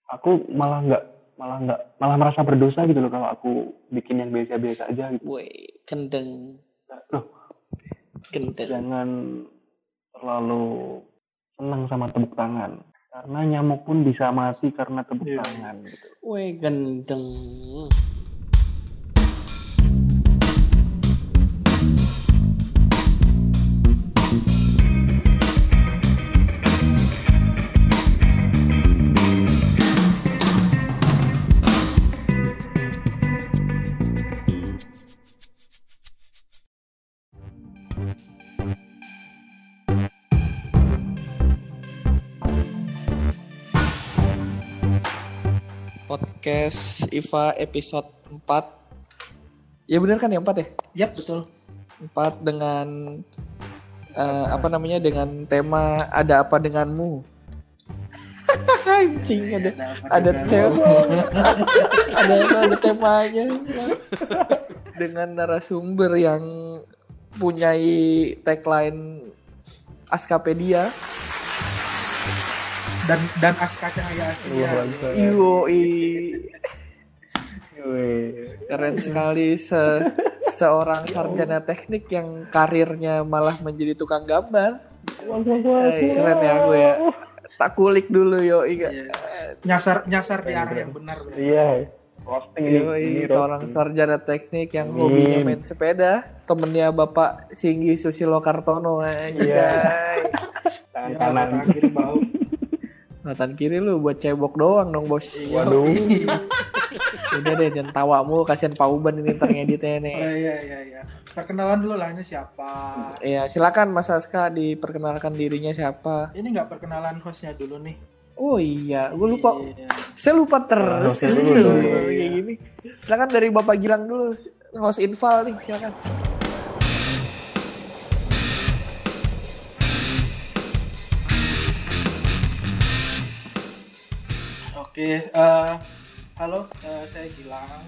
aku malah merasa berdosa gitu loh kalau aku bikin yang biasa-biasa aja gitu. Woi, kendeng. Loh, Kendeng. jangan terlalu senang sama tepuk tangan. Karena nyamuk pun bisa mati karena tepuk tangan gitu. Woi, kendeng. Podcast IVA episode 4. Ya benar kan ya 4 ya? Yap, betul. 4 dengan dengan tema Ada Apa Denganmu. Anjing ada tema. ada temanya. Dengan narasumber yang punyai tagline Askapedia dan Aska Cahaya Asia. Keren sekali seorang sarjana teknik yang karirnya malah menjadi tukang gambar. Keren ya aku ya. Tak kulik dulu Nyasar di arah yang benar. Iya. Roasting seorang sarjana teknik yang hobinya main sepeda, temennya Bapak Singgi Susilo Kartono. Tangan kanan. Tangan kiri lu buat cebok doang dong, Bos. Waduh. Udah deh, jangan tawamu, kasihan Pak Uban ini ngeditnya nih. Oh, iya. Perkenalan dulu lah, ini siapa? Iya, silakan Mas Aska diperkenalkan dirinya siapa. Ini nggak perkenalan hostnya dulu nih. Oh iya, gue lupa. Saya lupa terus. Kayak gini. Silakan dari Bapak Gilang dulu, host Infal nih, silakan. Oke, halo, saya Gilang.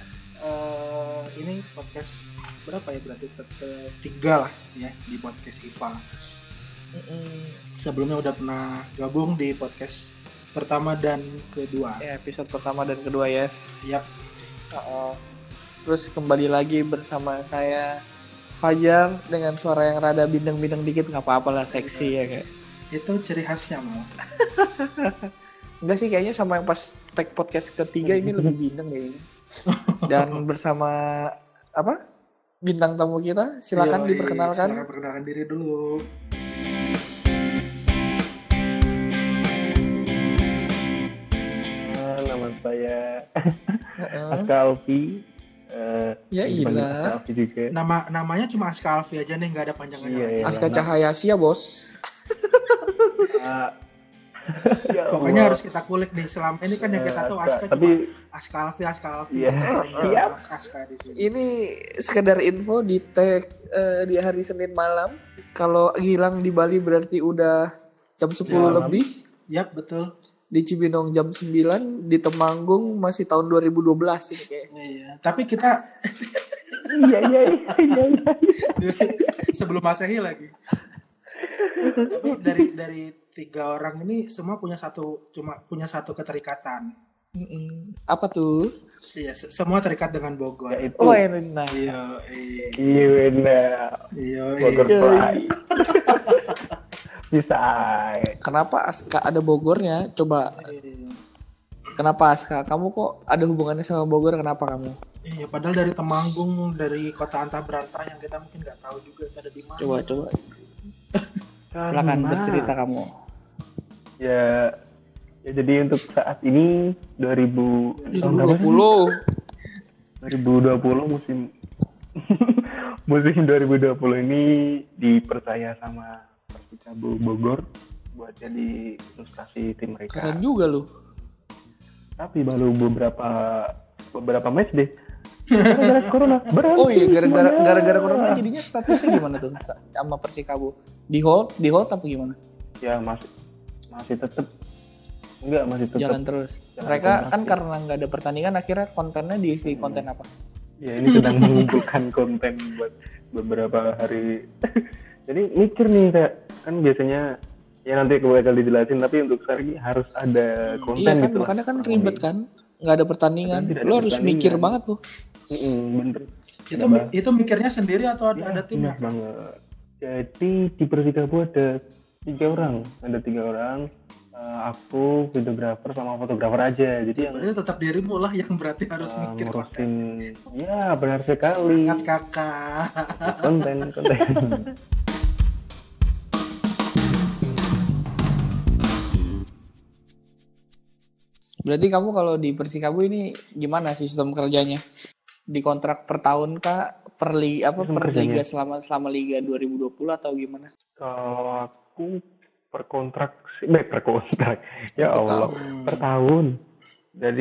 Ini podcast berapa ya, berarti ketiga lah ya di podcast IVA. Sebelumnya udah pernah gabung di podcast pertama dan kedua. Ya, episode pertama dan kedua, yes. Yap. Terus kembali lagi bersama saya Fajar dengan suara yang rada bindeng-bindeng dikit, nggak apa-apa lah, seksi ya kayak. Itu ciri khasnya mau. Enggak sih, kayaknya sama yang pas tag podcast ketiga ini lebih bintang kayaknya. Dan bersama bintang tamu kita, silakan diperkenalkan. Silakan perkenalkan diri dulu. Nama saya Aska Alfi. Ya iya. Namanya cuma Aska Alfi aja nih, nggak ada panjangannya. Iya. Aska Cahaya Asia, Bos. Pokoknya harus kita kulik nih, selama ini kan yang kita tahu Aska cuma Aska Alfi. Iya. Aska di sini. Ini sekedar info di tag di hari Senin malam. Kalau Gilang di Bali berarti udah jam 10 lebih. Yap, betul. Di Cibinong jam 9, di Temanggung masih tahun 2012 ini kayaknya. Iya, tapi kita Iya. sebelum Masehi lagi. Tapi dari 3 orang ini semua punya satu keterikatan. Apa tuh? Iya, semua terikat dengan Bogor. Ya, itu. Oh, enak. Iya. Bogor Pride. Bisa. Kenapa Aska ada Bogornya? Coba. Kenapa Aska? Kamu kok ada hubungannya sama Bogor? Kenapa kamu? Iya, padahal dari Temanggung, dari kota antah berantah yang kita mungkin nggak tahu juga ada di mana. Coba. Silakan bercerita kamu. Ya jadi untuk saat ini 2020 musim 2020 ini dipercaya sama Persikabo Bogor buat jadi ilustrasi tim mereka. Keren juga lu. Tapi baru beberapa match deh. Gara-gara corona. Oh iya, gara-gara corona jadinya statusnya gimana tuh sama Persikabo? Di hold apa gimana? Ya masih tetap jalan terus. Mereka kan karena nggak ada pertandingan, akhirnya kontennya diisi konten apa? Ya ini sedang mengumpulkan konten buat beberapa hari. Jadi mikir nih, kan biasanya Ya nanti aku bakal dijelasin, tapi untuk sekarang ini harus ada konten Iya kan, gitu lah. makanya kan ribet kan, nggak ada pertandingan. Tidak ada Lo harus pertandingan. mikir banget tuh. Bener. Itu mikirnya sendiri atau ada timnya? Bener banget. Jadi di Persikabo ada 3 orang. Ada 3 orang. Aku, videografer sama fotografer aja. Jadi yang Berarti tetap dirimu lah yang berarti harus mikir ngurusin. konten. Ya benar sekali. Semangat kakak. Konten. Berarti kamu kalau di Persikabo ini gimana sistem kerjanya? Di kontrak per tahun kah? Per liga kerjanya? selama liga 2020 atau gimana? Kalau aku per kontrak. Ya Per Allah, tahun. per tahun. Jadi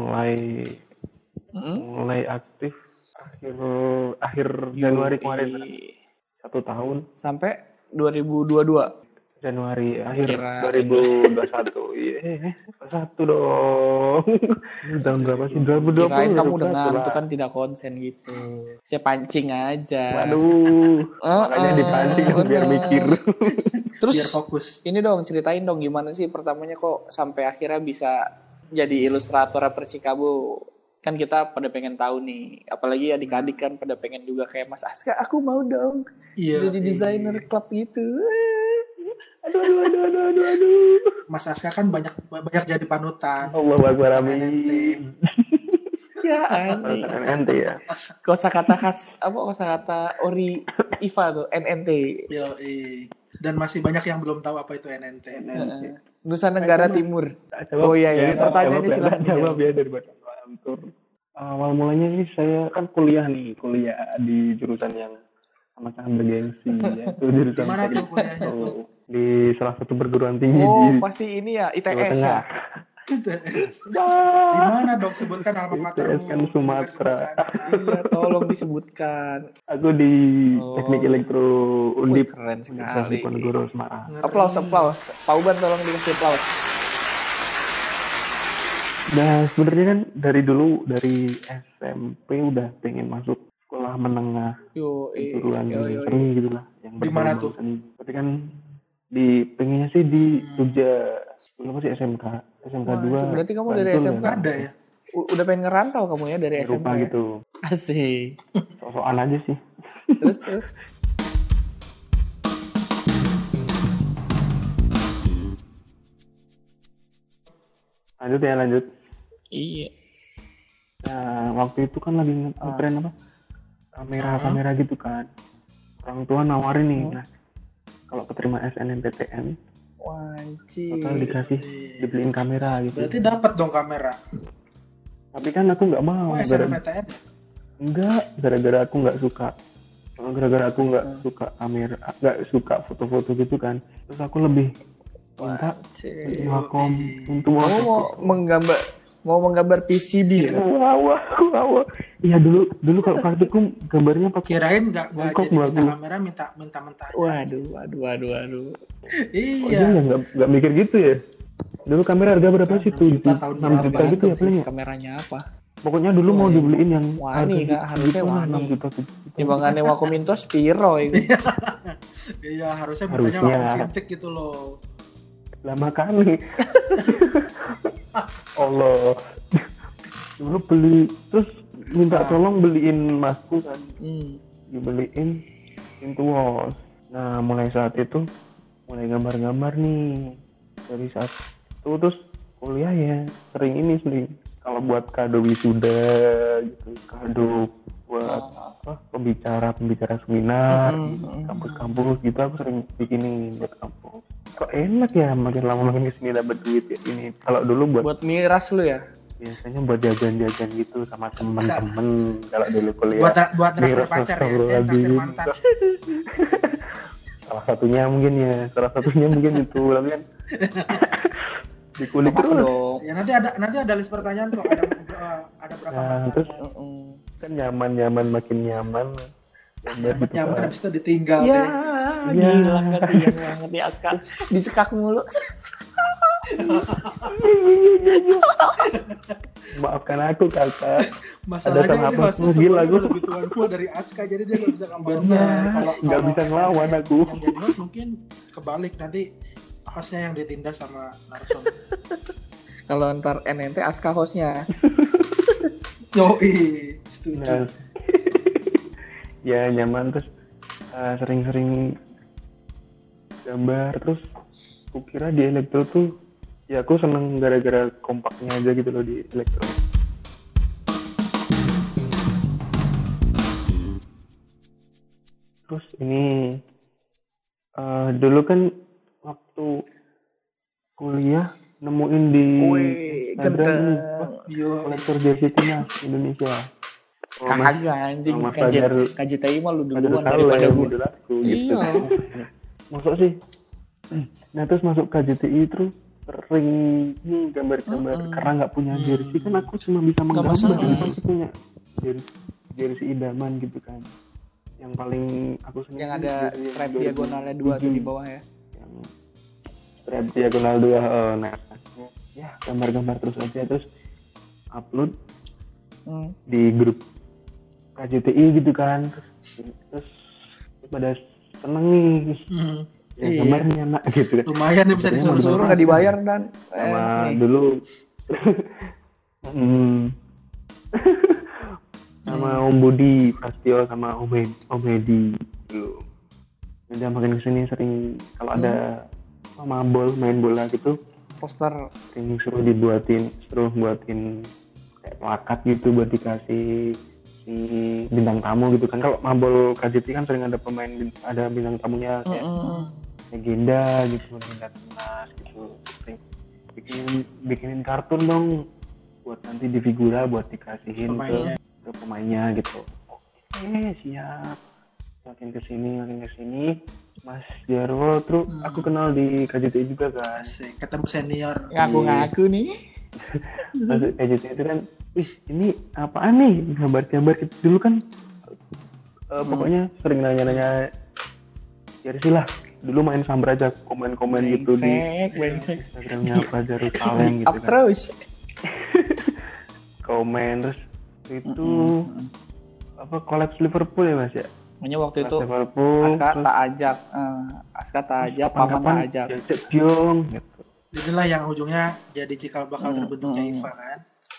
mulai aktif akhir Januari kemarin, 1 tahun. Sampai 2022. Januari akhir Kira- 2021. Iya, 21 dong. Ini tahun berapa sih? 2020. Kirain kamu udah 2021 ngantuk lah. kan, tidak konsen gitu. Saya pancing aja. Waduh, makanya dipancing kan biar bener. mikir. Terus Biar fokus. ini dong, ceritain dong gimana sih pertamanya kok sampai akhirnya bisa jadi ilustrator Persikabo. Kan kita pada pengen tahu nih, apalagi adik-adik kan pada pengen juga kayak Mas Aska, aku mau dong Iya. jadi desainer klub gitu. Aduh. Mas Aska kan banyak jadi panutan. Allah Akbar, amin. Ya aneh. NNT ya. Kosakata khas apa, kosakata ori IVA tuh, NNT. Yoi. Dan masih banyak yang belum tahu apa itu NNT. Nusa Tenggara Timur. Jawab, Oh iya, pertanyaannya jawab, silahkan jawab ya daripada ngantur. Awal mulanya sih saya kan kuliah di jurusan yang sangat bergengsi, yaitu jurusan Di mana tuh teknik. kuliahnya tuh? Di salah satu perguruan tinggi Oh, di pasti ini ya, Jawa ITS ya. Tengah. Di mana dong, sebutkan alma matermu? ITS kan Sumatera. Iya, tolong disebutkan. Aku di Oh. Teknik Elektro Wih, Undip keren Universitas sekali. Diponegoro Semarang. Aplaus. Pak Uban tolong dikasih aplaus. Nah sebenarnya kan dari SMP udah pengen masuk sekolah menengah Yo, kejuruan seni gitu lah, yang Di mana berbau tuh? seni. Tapi kan pengennya sih di Jogja. Dulu masih SMK 2. Berarti kamu dari Bantul SMK Ada ya? udah pengen ngerantau kamu ya dari Rupa SMK. Ya? gitu. Asik. Sosokan aja sih. Terus. Lanjut. Iya. Nah waktu itu kan lagi ngetren apa? Kamera gitu kan. Orang tua nawarin nih. Nah kalau keterima SNMPTN Wajib. bakal dibeliin kamera gitu. Berarti dapat dong kamera. Tapi kan aku nggak mau. Oh, SNMPTN. Enggak, gara-gara aku nggak suka. Gara-gara aku nggak suka kamera, nggak suka foto-foto gitu kan. Terus aku lebih minta Wajib. Wacom untuk Mau menggambar PCB ya? Wah. Iya dulu kalau praktikum gambarnya pakai. Kirain nggak Bangkok jadi minta bagus. kamera, minta mentah. Waduh. Iya, Iya. nggak mikir gitu ya. Dulu kamera harga berapa sih tuh? Juta tahun 6 juta gitu ya paling ya. Kameranya apa? Pokoknya dulu mau dibeliin yang Wani, Kak. Harusnya wani. 6 juta tuh. Timbangannya Wacom Intos piro itu. Iya, harusnya mukanya Harusnya. langsung sintik gitu loh. Lama kali. Allah. Dulu beli terus minta tolong beliin masku kan. Dibeliin pintu wos. Nah mulai saat itu mulai gambar-gambar nih. Dari saat itu terus kuliah ya sering kalau buat kado wisuda gitu, kado buat pembicara seminar kampus-kampus gitu, aku sering bikinin buat kampus. Kok enak ya, makin lama makin kesini dapat duit ya ini. Kalau dulu Buat miras lu ya? biasanya buat jajan-jajan gitu sama temen-temen kalau dulu kuliah. Buat traktir Miras pacar ya, astagfirullahaladzim. traktir mantan. Salah satunya mungkin itu, tapi kan dikulik Apa terus. dong? Ya nanti ada list pertanyaan kok, ada berapa Nah, terus pertanyaan. kan nyaman makin nyaman. Gambar gitu Nyaman kan. habis itu ditinggal Ya, deh. gila kasihan banget ya Aska. Disekak mulu. Maafkan aku kakak. Masalahnya salah ini apa? Mas Mas Gila, sebenarnya gua. lebih tua gua dari Aska, jadi dia nggak bisa ngomong. Nggak bisa ngelawan aku. Yang jadi host mungkin kebalik, nanti hostnya yang ditindas sama narasumber. Kalau ntar NNT Aska hostnya. Yoi, setuju. Nah, ya nyaman, terus sering-sering gambar. Terus aku kira di elektro tuh, ya aku seneng gara-gara kompaknya aja gitu loh di elektro. Terus ini dulu kan waktu kuliah nemuin di Instagram nih, kolektor jersey timnas Indonesia. Kagak anjing, Mas Fajar KJTI mah lu Fajar duluan Saleh, daripada gua. idol aku gitu Iya. kan. Masuk sih. Nah terus masuk KJTI terus sering gambar-gambar karena nggak punya jersey kan, aku cuma bisa menggambar. Aku punya jersey idaman gitu kan, yang paling aku senang Yang ada strap diagonalnya 2 tuh di bawah ya. Yang strap diagonal 2. Nah ya gambar-gambar terus aja, terus upload di grup KJTI gitu kan. Terus pada seneng nih, ya gambarnya enak gitu kan. Lumayan nih bisa disuruh-suruh Nggak dibayar dan sama dulu sama Om Budi Prastio sama Om Edi dulu. Udah makin kesini sering kalau ada main bola gitu, poster sering suruh buatin kayak plakat gitu buat dikasih si bintang tamu gitu kan. Kalau mabol KJT kan sering ada bintang tamunya kayak legenda gitu, legenda timnas gitu. Sering bikinin kartun dong buat nanti di figura buat dikasihin ke pemainnya gitu. Oke, siap. Makin kesini Mas Jarwo terus aku kenal di KJTI juga kan. Asik, ketemu senior. ngaku-ngaku nih. Masuk KJTI itu kan, ini apaan nih gambar-gambar gitu dulu kan. Pokoknya sering nanya-nanya jersey lah. Dulu main sambar aja, komen-komen gitu di Instagramnya Fajar Saleh gitu kan. Terus komen terus itu kolaps Liverpool ya Mas ya. Makanya waktu itu Liverpool, Aska tak ajak, Paman tak ajak. Jong gitu. Inilah yang ujungnya jadi cikal bakal terbentuknya IFA kan.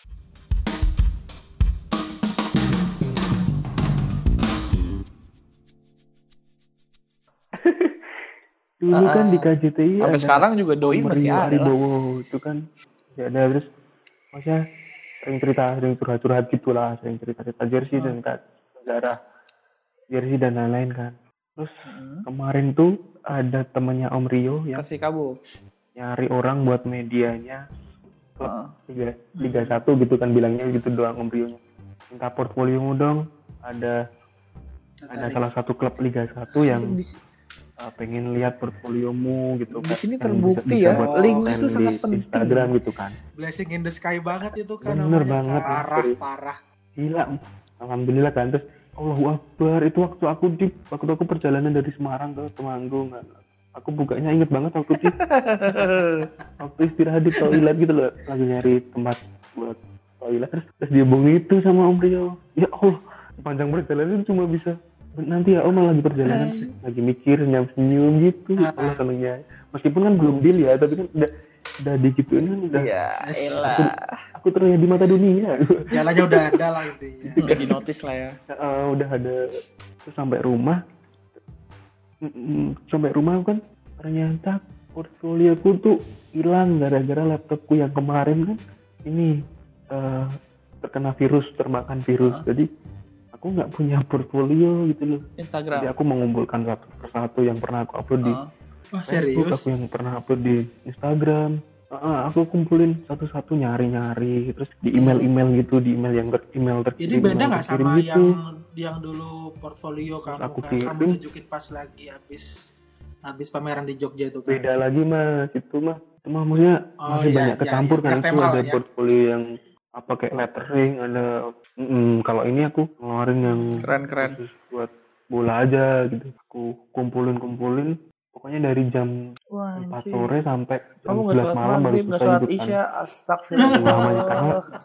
Dulu kan di KJTI sampai sekarang juga doi masih ada. Aribowo itu kan ya ada, terus maksudnya sering curhat gitulah, sering cerita jersey dan sejarah jersey dan lain-lain kan. Terus kemarin tuh ada temennya Om Rio yang Persikabo nyari orang buat medianya Liga 1 gitu kan, bilangnya gitu doang Om Rio nya. Minta portfoliomu dong, ada salah satu klub Liga 1 yang pengen lihat portfoliomu gitu kan. Di sini terbukti ya, link itu sangat penting. Instagram gitu kan. Blessing in the sky banget itu kan. Bener banget. Parah. Gila. Alhamdulillah kan. Terus Allahu Akbar, itu waktu aku perjalanan dari Semarang ke Temanggung kan. Aku bukanya inget banget waktu istirahat di toilet gitu loh, lagi nyari tempat buat toilet, terus dia itu sama Om Rio. Ya Allah, panjang perjalanan cuma bisa nanti ya Om lagi perjalanan lagi mikir senyum gitu. Allah senengnya, meskipun kan belum deal ya, tapi kan udah digituin kan udah aku terlihat di mata dunia. Jalannya udah ada lah intinya. Udah di notice lah ya. Udah ada. Terus sampai rumah kan ternyata portfolioku tuh hilang gara-gara laptopku yang kemarin kan ini terkena termakan virus. Jadi aku nggak punya portfolio gitu loh. Instagram. Jadi aku mengumpulkan satu persatu yang pernah aku upload di Facebook, aku yang pernah upload di Instagram. Aku kumpulin satu-satu, nyari terus di email gitu, di email terkirim. Ini beda nggak sama gitu. yang dulu portfolio kamu tunjukin pas lagi habis pameran di Jogja itu kan? Beda lagi Mas, itu mah maksudnya masih banyak kecampur kan. Itu ada portfolio yang kayak lettering, ada kalau ini aku ngeluarin yang keren buat bola aja gitu. Aku kumpulin pokoknya dari jam 4 sore sampai jam 11 malam baru selesai sholat Isya. Astagfirullah.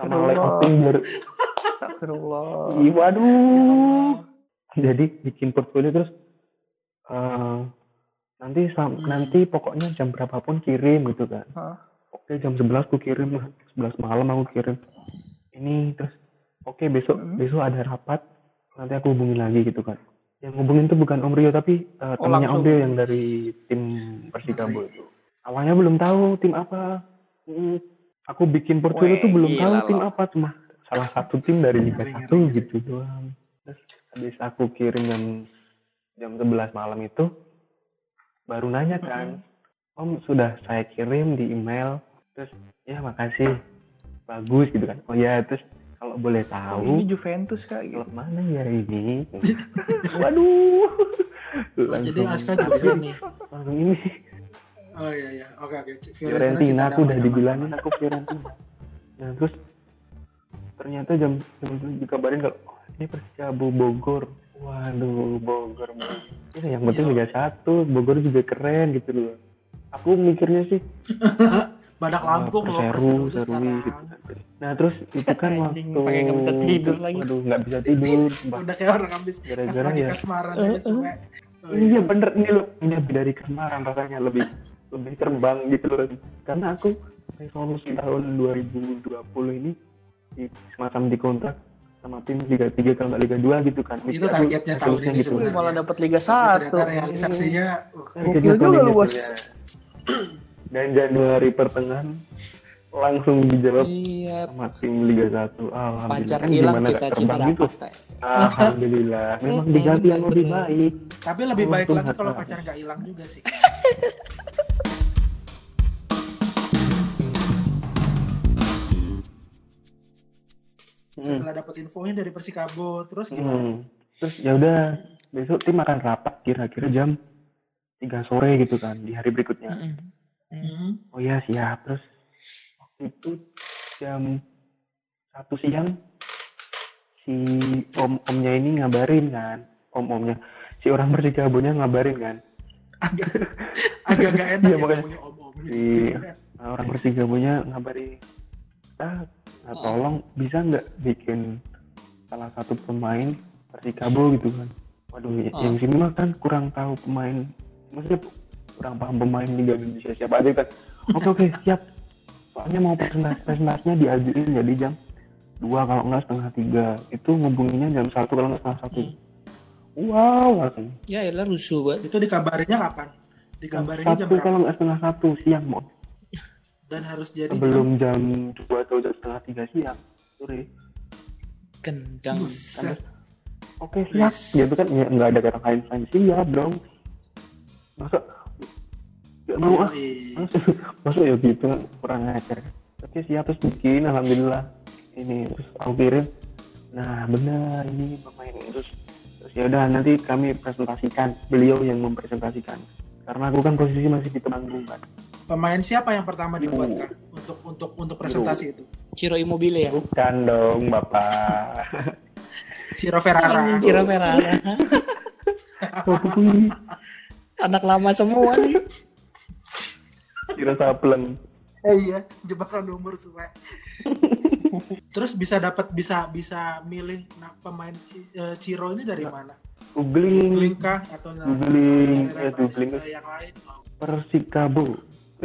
Astagfirullah. Waduh. Jadi bikin portfolio terus nanti pokoknya jam berapapun kirim gitu kan. Oke, jam 11 aku kirim, 11 malam aku kirim ini, terus oke, besok ada rapat, nanti aku hubungin lagi gitu kan. Yang hubungin tuh bukan Om Rio tapi temannya Om Rio yang dari tim Persikabo itu. Awalnya belum tahu tim apa. Aku bikin portfolio tuh belum tahu tim apa, cuma salah satu tim dari Liga 1 gitu doang. Terus habis aku kirim jam 11 malam itu baru nanya kan, Om sudah saya kirim di email, terus ya makasih, bagus gitu kan. Oh ya, terus kalau boleh tahu ini Juventus kak gitu. Mana ya ini? Waduh. Jadi Aska juga nih. Langsung ini. Oh iya. Oke. Fiorentina aku udah dibilangin aku Fiorentina. Nah terus ternyata jam dikabarin kalau ini Persikabo Bogor. Waduh, Bogor. Ya, yang penting Liga 1, Bogor juga keren gitu loh. Aku mikirnya sih Badak Lampung loh seru gitu. Nah terus itu kan waktu nggak bisa tidur lagi. Waduh, nggak bisa tidur. Udah kayak orang habis gara-gara ya kasmaran aja semua. Iya bener, ini loh, ini lebih dari kasmaran rasanya, lebih terbang gitu loh. Karena aku resolusi tahun 2020 ini semacam dikontrak sama tim Liga 3 kalau nggak Liga 2 gitu kan. Itu targetnya tahun ini gitu. sebenarnya. Malah dapat Liga 1. Ternyata realisasinya gokil juga lu bos. Dan Januari pertengahan langsung dijawab sama tim Liga 1. Alhamdulillah. Pacar hilang, cita-cita dapat. Gitu. Alhamdulillah. Memang diganti yang lebih baik. Tapi lebih baik lagi kalau pacar nggak hilang juga sih. Setelah dapat infonya dari Persikabo, terus gimana? Terus ya udah, besok tim akan rapat kira-kira jam 3 sore gitu kan di hari berikutnya. Oh ya siap. Terus waktu itu jam 1 siang si omnya ini ngabarin kan, omnya si orang Persikabonya ngabarin kan. Agak gak enak ya, makanya om si orang Persikabonya ngabarin, tolong bisa nggak bikin salah satu pemain Persikabo gitu kan. Waduh, yang sini mah kan kurang tahu pemain, maksudnya kurang paham pemain Liga Indonesia siapa aja kan. Oke, siap. Soalnya mau presentasinya diajuin jadi jam 2 kalau nggak setengah 3. Itu ngubunginya jam 1 kalau nggak setengah 1. Wow, langsung. Ya elah rusuh banget. Itu dikabarinnya kapan? Dikabarinnya jam 1 kalau nggak setengah 1 siang mau. Dan harus jadi sebelum jam 2 atau jam setengah 3 siang. Sore. Kendang. Oke, siap. Gitu kan ya, nggak ada kata lain siap dong. Masa gak mau masuk ya gitu, kurang ajar. Oke siap, terus bikin, alhamdulillah ini terus aku kirim. Nah benar ini pemain terus ya udah nanti kami presentasikan, beliau yang mempresentasikan karena aku kan posisi masih di Temanggung kan. Pemain siapa yang pertama dibuat kah untuk presentasi itu? Ciro Immobile ya? Bukan dong bapak. Ciro Ferrara. Anak lama semua nih. Ciro Sapleng. Iya, jebakan nomor supaya. Terus bisa milih pemain Ciro ini dari mana? Googling kah atau googling yang lain? Persikabo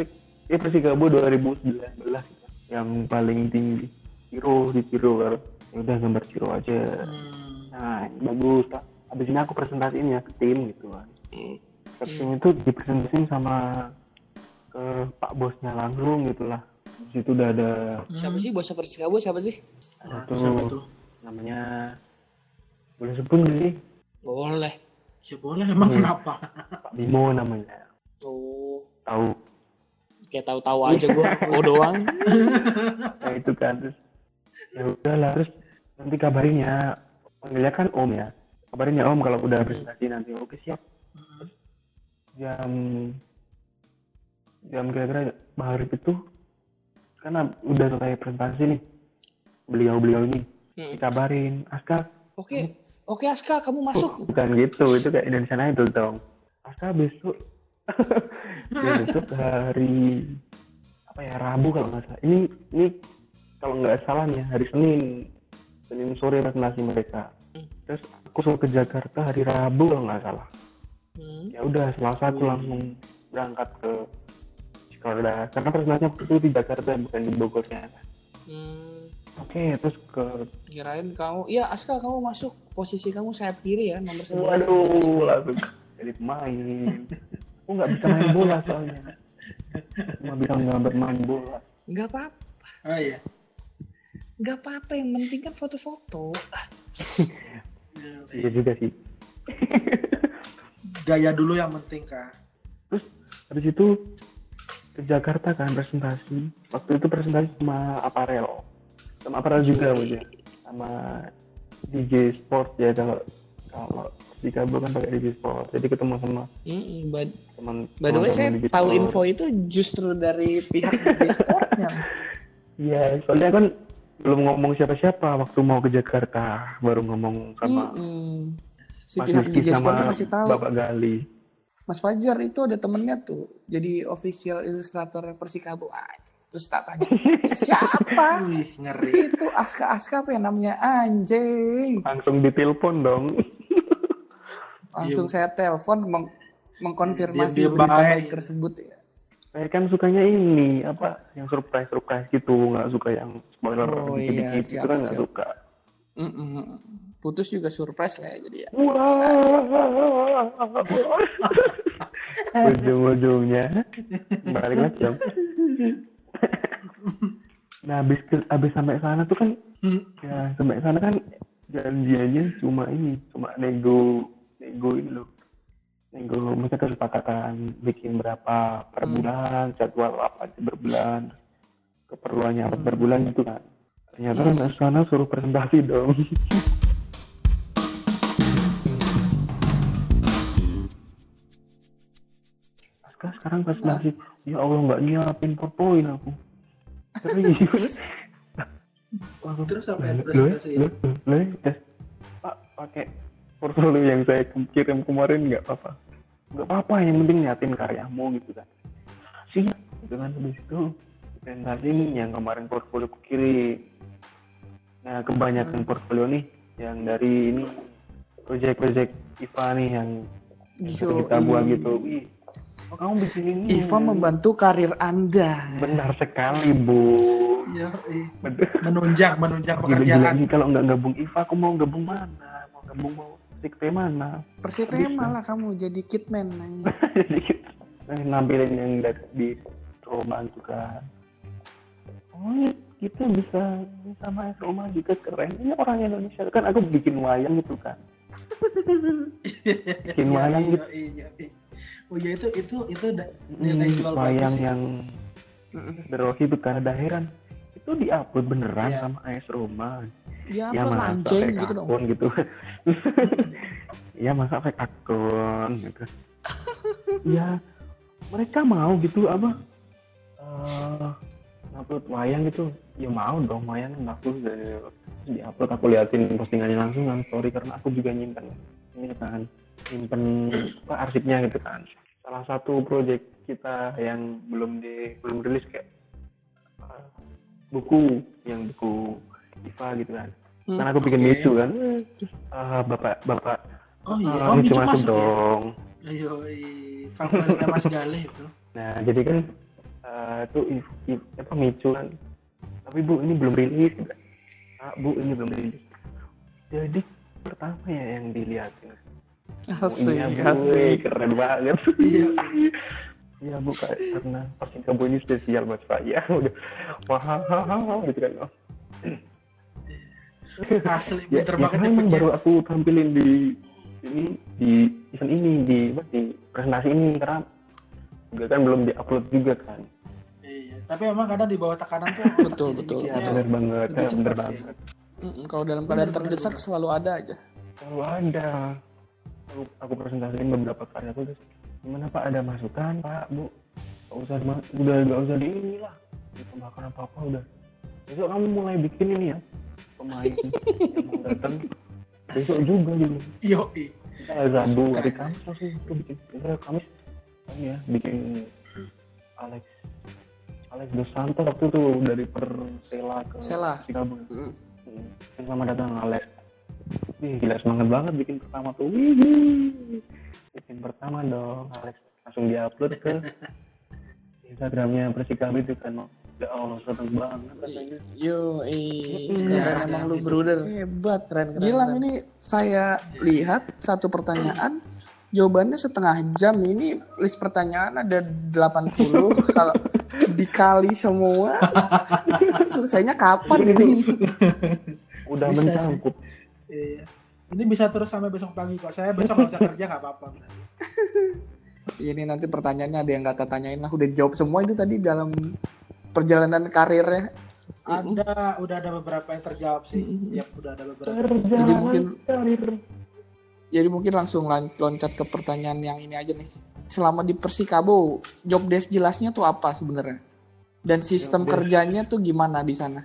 2019 yang paling tinggi Ciro kalau ya udah gambar Ciro aja. Nah bagus. Habis ini aku presentasiin ya ke tim gitu kan. Ke tim itu dipresentasiin sama ke Pak bosnya langsung gitulah. Di situ udah ada. Siapa sih bos Persikabo, siapa sih? Siapa tuh? Namanya boleh sebut nggak sih? Boleh. Ya boleh, emang kenapa? Pak Bimo namanya. Oh. Tahu. Kayak tahu-tahu aja gua. Oh doang. Nah itu kan terus. Ya udahlah terus nanti kabarin ya. Panggilnya kan Om ya. Kabarin ya Om kalau udah presentasi nanti. Oke siap. Terus jam kira-kira maghrib itu karena udah selesai presentasi nih. Beliau ini dikabarin, Aska. Oke Aska, kamu masuk. Bukan gitu, itu kayak Indonesian Idol dong. Aska besok hari Rabu kalau nggak salah. Ini kalau nggak salah nih hari Senin sore presentasi mereka. Terus aku suruh ke Jakarta hari Rabu kalau nggak salah. Ya udah Selasa aku langsung berangkat ke Jakarta karena presentasinya itu di Jakarta bukan di Bogornya. Oke, terus kirain kamu, ya Aska kamu masuk posisi kamu sayap kiri ya nomor 11. Waduh, langsung jadi pemain. Aku nggak bisa main bola soalnya. Cuma bisa bermain bola. Nggak apa-apa. Oh iya. Nggak apa-apa, yang penting kan foto-foto. Iya juga sih. Gaya dulu yang penting, Kak. Terus habis itu ke Jakarta kan presentasi. Waktu itu presentasi sama aparel juga maksudnya. Sama DJ Sport ya kalau di kabel kan pakai DJ Sport. Jadi ketemu sama teman. By the way, saya tahu info itu justru dari pihak DJ Sportnya. Iya, soalnya kan belum ngomong siapa-siapa waktu mau ke Jakarta, baru ngomong sama si pihak DJ Sport masih tahu. Bapak Gali. Mas Fajar itu ada temennya tuh, jadi official ilustrator Persikabo aja. Terus tak tanya, siapa? Wih, ngeri. Itu Aska apa yang namanya, anjing. Langsung ditelepon dong. Langsung saya telepon mengkonfirmasi berita baik tersebut ya. Saya kan sukanya ini yang surprise gitu, nggak suka yang spoiler dikit-dikit itu kan nggak suka. Putus juga surprise lah ya, jadi ya. Ujung-ujungnya balik lagi dong. Nah abis sampai sana tuh kan ya sampai sana kan janjiannya cuma nego ini loh. Mereka kesepakatan bikin berapa per bulan, jadwal apa aja per bulan, keperluannya apa per bulan gitu kan. Ternyata kan sana suruh presentasi dong. Aska sekarang presentasi, ya Allah nggak nyiapin PowerPoint aku. Serius. Terus apa yang presentasi? Pak pakai portfolio yang saya kirim kemarin nggak apa-apa, yang penting niatin karyamu gitu kan. Siap gitu kan. Habis itu presentasi yang kemarin portfolio ku kirim. Nah kebanyakan portfolio nih yang dari ini project IVA nih yang kita buat gitu. Kamu bikin ini. IVA membantu karir Anda. Benar sekali, Bu. Ya, menunjang pekerjaan. Kalau nggak gabung IVA, aku mau gabung mana? Mau Sikpe mana? Persitema lah kamu jadi kitman. Nampilin yang di Roma juga. Oh, kita bisa sama Roma juga keren. Ini orang Indonesia kan, aku bikin wayang gitu kan. Bikin wayang gitu. Iya. Oh ya itu nilai jual wayang yang berohi itu kan, ada heran. Itu diupload beneran sama AS Roma. Ya lanceng gitu dong. Gitu. Ya masa fake akun gitu. Ya mereka mau gitu upload wayang gitu. Ya mau dong, wayang bagus di upload, aku liatin postingannya langsung kan, story, karena aku juga nyimpen arsipnya gitu kan. Salah satu project kita yang belum rilis kayak buku IVA gitu kan. Karena aku bikin Micu kan. Bapak Micu masuk dong. Ya? Favoritnya Mas Galih itu. Nah, jadi kan itu Micu kan. Tapi Bu, ini belum rilis. Bu, ini belum rilis. Jadi pertama ya yang dilihatin. Asik. Keren banget. Iya Bu, karena Persikabo ini spesial buat saya. Wah, gitu kan. Asli, pinter banget ya. Baru aku tampilin di event ini, di presentasi ini, karena juga kan belum diupload juga kan. Iya, tapi emang kadang di bawah tekanan tuh betul. Ya, bener banget. Kalau dalam keadaan terdesak selalu ada aja. Selalu ada. Aku presentasiin beberapa karya aku, terus gimana Pak, ada masukan Pak, Bu? Gak usah di inilah, ditambahkan apa-apa udah. Besok kamu mulai bikin ini ya, pemain yang mau datang besok juga gitu. Kita Zabu hari Kamis langsung itu bikin. Kita Kamis kan ya bikin Alex Dos Santos waktu itu dari Persela ke Chicago. Selamat datang Alex. Gila semangat banget bikin pertama tuh. Wih, bikin pertama dong. Alex langsung diupload ke Instagramnya Persikabo itu kan. Ya Allah, seneng banget rasanya. Keren emang lu brother. Hebat, keren. Gilang ini saya lihat satu pertanyaan jawabannya setengah jam. Ini list pertanyaan ada 80. Kalau dikali semua selesainya kapan ini? Udah Bisa mencangkup. Iya. Ini bisa terus sampai besok pagi kok. Saya besok nggak usah kerja nggak apa-apa. Ini nanti pertanyaannya ada yang nggak tertanyain lah. Udah dijawab semua itu tadi dalam perjalanan karirnya. Udah ada beberapa yang terjawab sih. Yap, udah ada beberapa. Jadi mungkin langsung loncat ke pertanyaan yang ini aja nih. Selama di Persikabo, job desk jelasnya tuh apa sebenarnya? Dan sistem kerjanya tuh gimana di sana?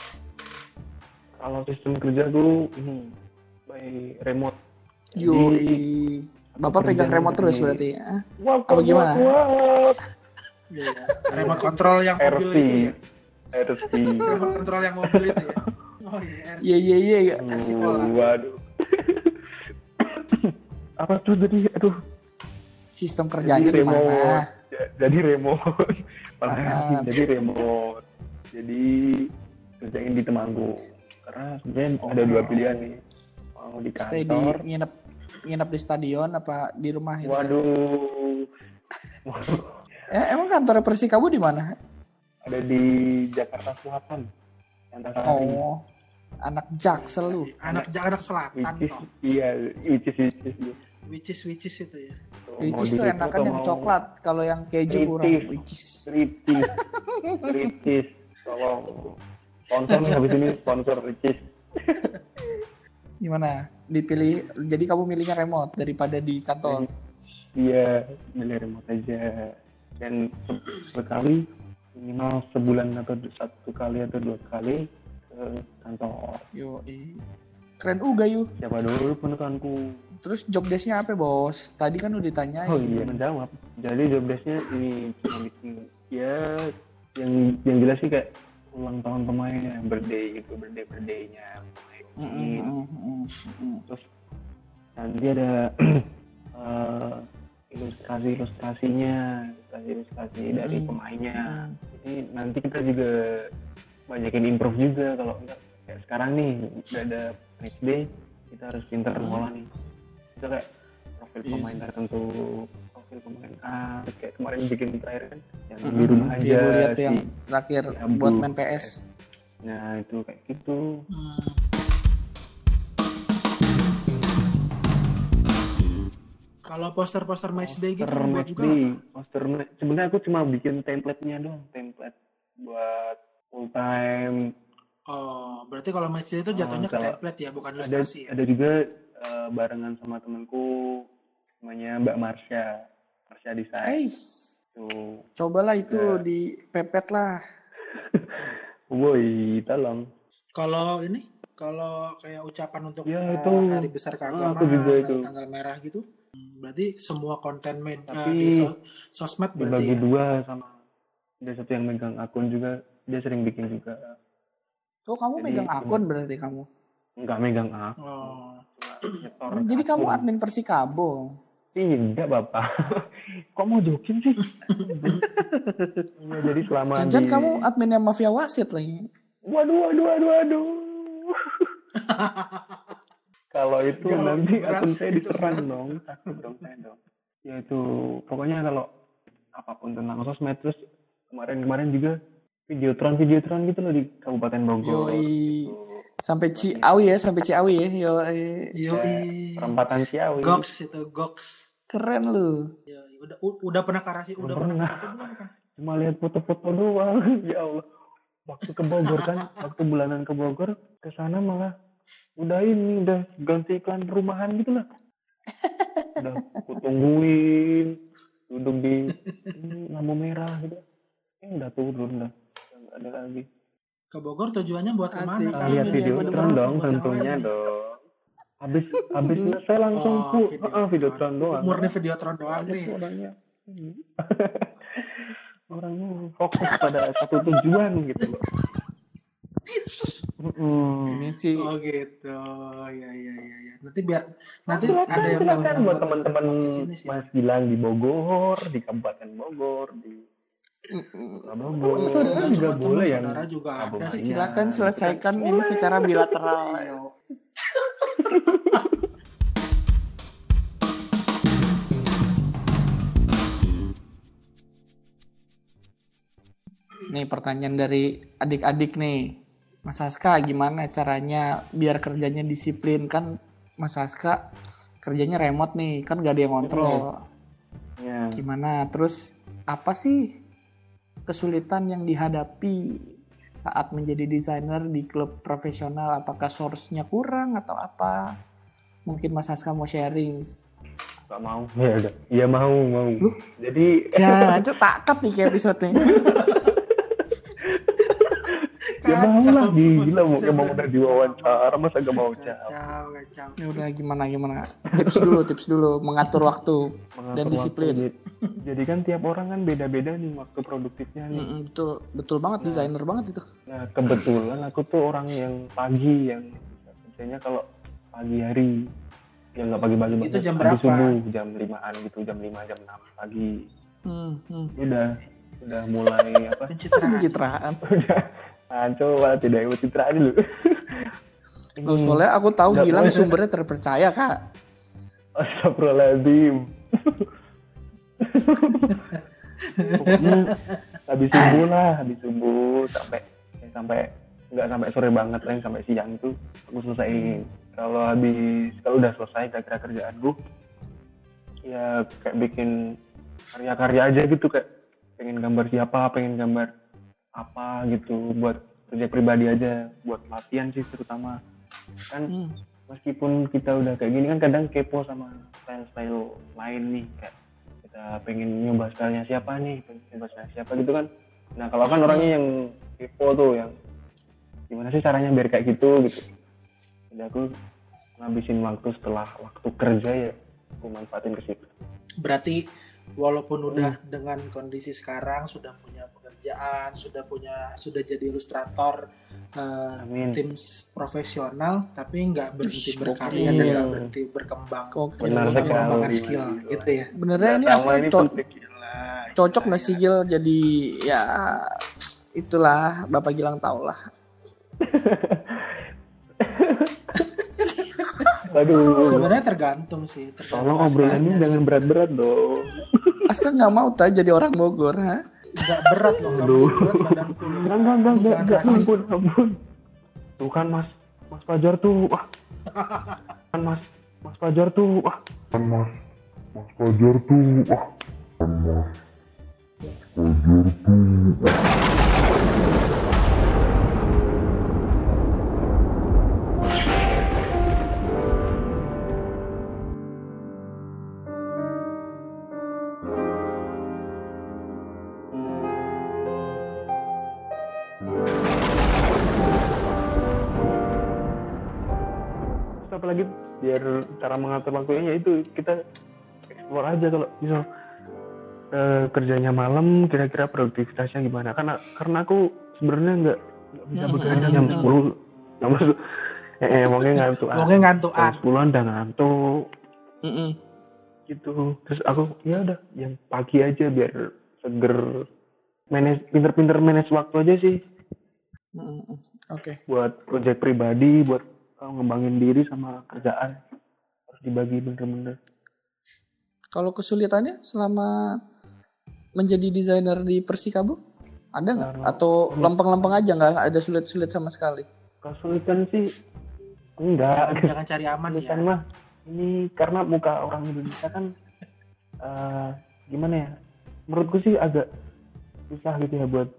Kalau sistem kerja tuh ini by remote. Bapak pegang remote terus berarti ya? Apa gimana? Remote control yang mobil itu ya? RC. Remote control yang mobil itu ya? Oh iya. Iya. Waduh. Apa tuh tadi? Aduh. Sistem kerjanya gimana? Jadi remote. Jadi remote. Jadi kerjain di Temanggung. Karena sebenarnya ada dua pilihan nih. Mau di Stay kantor. nginep di stadion apa di rumah gitu? Waduh. Emang kantor Persikabo di mana? Ada di Jakarta Selatan. Oh, anak Jaksel lu. Anak selatan toh. Iya, Which is itu ya. Which is tuh enakan yang coklat, kalau yang keju kurang. Which is. Tolong sponsor nih habis ini sponsor Which is. Gimana? Dipilih, jadi kamu milihnya remote daripada di kantor? Iya, milih remote aja. Dan sekali minimal sebulan atau satu kali atau dua kali ke kantor. Keren juga yuk. Siapa dulu penekanku. Terus job desk-nya apa bos? Tadi kan udah ditanyain. Oh iya, menjawab. Jadi job desk-nya ini cuma bikin ya yang jelas sih kayak ulang tahun pemainnya, birthday-nya pemain. Terus nanti ada ilustrasi dari pemainnya. Jadi nanti kita juga banyakin improve juga. Kalau enggak kayak sekarang nih udah ada match day, kita harus pintar ngolah nih. Kita kayak profil pemain tertentu, profil pemain terus kayak kemarin bikin terakhir kan yang di rumah aja. Gue lihat tuh yang terakhir buat main PS. Nah itu kayak gitu. Kalau poster match day gitu buat juga. Poster sebenarnya aku cuma bikin template-nya doang, template buat full time. Oh, berarti kalau match day itu jatuhnya ke template ya, bukan ilustrasi ya? Ada juga barengan sama temanku namanya Mbak Marsha Design. Tuh. Cobalah itu dipepet lah. Woi, tolong. Kalau kayak ucapan untuk itu hari besar keagamaan, tanggal merah gitu, berarti semua konten di sosmed berarti dibagi dua sama ada satu yang megang akun juga, dia sering bikin juga. Oh, kamu megang akun berarti kamu? Enggak megang akun. Jadi kamu admin Persikabo? Tidak, Bapak. Kok mau jokin sih? Jadi selama jangan kamu adminnya Mafia Wasit lagi. Waduh. Kalau itu nanti akun saya diserang dong. Takut dong saya dong. Ya itu pokoknya kalau apapun tentang sosmed. Terus kemarin juga videotron gitu loh di Kabupaten Bogor. Gitu. Sampai Ciawi ya. Yoi. Perempatan Ciawi. Goks. Keren lu. Ya, udah pernah karasi, udah pernah satu bulan kan? Cuma lihat foto-foto doang. Ya Allah. Waktu ke Bogor kan, waktu bulanan ke Bogor, ke sana malah udah ganti iklan perumahan gitu lah. Udah aku tungguin, duduk di lampu merah gitu. Udah turun dah. Enggak ada lagi. Ke Bogor tujuannya buat kemana? Lihat videotron dong tentunya dong. Habis selesai langsung videotron doang. Murni videotron doang nih. Orangnya fokus pada satu tujuan gitu. Ini sih. Oh gitu. Ya. Nanti Silakan, ada yang silakan buat buat teman-teman Mas Gilang di Bogor, di Kabupaten Bogor, di Bogor kan juga boleh yang saudara juga ada. Silakan selesaikan ini secara bilateral. Nih pertanyaan dari adik-adik nih. Mas Haska gimana caranya biar kerjanya disiplin? Kan Mas Haska kerjanya remote nih, kan gak ada yang kontrol. Ya. Gimana? Terus apa sih kesulitan yang dihadapi saat menjadi desainer di klub profesional? Apakah source-nya kurang atau apa? Mungkin Mas Haska mau sharing. Gak mau. Ya udah. Iya mau. Lu? Jadi jangan takat nih kayak episode-nya. Ya mau lah, gila mau udah diwawancara masa gak mau jawab. Kacau. Ya udah gimana tips dulu mengatur waktu dan disiplin. Jadi kan tiap orang kan beda-beda nih waktu produktifnya nih. Betul banget, desainer banget itu. Nah kebetulan aku tuh orang yang pagi, yang biasanya kalau pagi hari, yang nggak pagi-pagi itu banget, jam berapa? subuh jam 5-an gitu, jam 5 jam 6 pagi. Udah mulai apa? Pencitraan. Coba tidak ikut citraan dulu. Soalnya aku tahu Gilang sumbernya terpercaya, Kak. Astagfirullahaladzim. Pokoknya habis subuh sampai nggak sampai sore banget lah, sampai siang itu aku selesaiin. Kalau udah selesai kira-kira kerjaanku, ya kayak bikin karya-karya aja gitu, kayak pengen gambar apa gitu, buat kerja pribadi aja, buat latihan sih terutama. Kan meskipun kita udah kayak gini kan kadang kepo sama style lain nih, kayak kita pengen nyoba stylenya siapa gitu kan. Nah kalau kan orangnya yang kepo tuh, yang gimana sih caranya biar kayak gitu. Jadi aku ngabisin waktu setelah waktu kerja ya aku manfaatin ke situ. Berarti walaupun udah dengan kondisi sekarang sudah punya pekerjaan, sudah jadi ilustrator tim profesional, tapi nggak berhenti berkarya dan nggak berhenti berkembang. Benar sekali. Skill gitu ya. Benernya ini asal cocok nggak sih Gil? Jadi ya itulah Bapak Gilang tau lah. Aduh. Sebenarnya tergantung sih. Tolong obrolannya jangan berat-berat dong. Aska nggak mau jadi orang Bogor, ha? Gak berat loh, berat badanku. Enggak, ampun. Tuh kan Mas Fajar tuh, Mas Fajar tuh, apalagi biar cara mengatur waktunya itu kita explore aja. Kalau misal kerjanya malam, kira-kira produktivitasnya gimana? Karena aku sebenarnya nggak bisa bekerja jam 10. Mungkin ngantuk. Jam 10-an udah ngantuk. Gitu. Terus aku ya udah yang pagi aja biar seger, pinter-pinter manage waktu aja sih. Oke. Buat proyek pribadi, buat ngembangin diri sama kerjaan harus dibagi bener-bener. Kalau kesulitannya selama menjadi desainer di Persikabo ada nggak? Atau lempeng-lempeng aja, nggak ada sulit-sulit sama sekali? Kesulitan sih enggak. Jangan cari aman ya. Mah ini karena muka orang Indonesia kan gimana ya? Menurutku sih agak susah gitu ya buat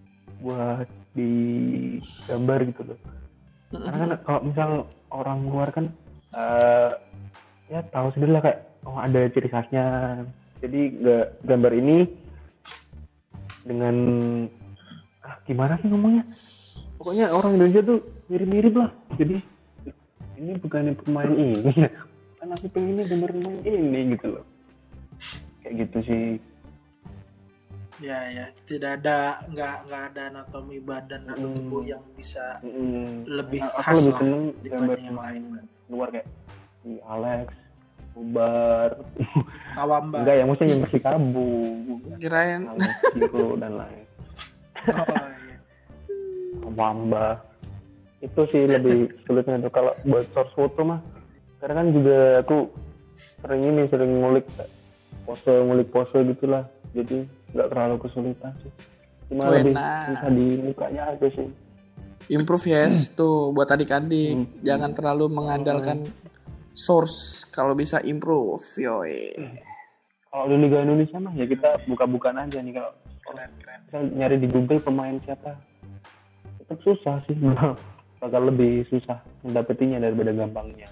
digambar gitu loh. Karena kan kalau misal orang luar kan ya tahu sendiri lah, kayak ada ciri khasnya. Jadi gambar ini dengan gimana sih ngomongnya? Pokoknya orang Indonesia tuh mirip-mirip lah. Jadi ini bukan pemain ini, kan aku pengennya gambar pemain ini gitu loh. Kayak gitu sih. Ya, tidak ada nggak ada anatomi badan atau tubuh yang bisa lebih khas lebih lah seneng dibanding yang lain. Luar kayak si Alex, Ubar, Awamba. enggak ya, maksudnya yang Persikabo, Kirain Alex, Ciko dan lain. Oh iya. Awamba. Itu sih lebih sulitnya tuh kalau buat source foto mah. Karena kan juga aku sering ngulik pose gitulah. Jadi nggak terlalu kesulitan sih. Cuma lebih bisa di mukanya aja sih. Improve yes tuh buat adik-adik. Jangan terlalu mengandalkan source, kalau bisa improve. Yoi. Kalau di Liga Indonesia mah ya kita buka-bukaan aja nih, kalau Keren. kita nyari di Google pemain siapa. Tetap susah sih. Bakal lebih susah mendapatinya daripada gampangnya.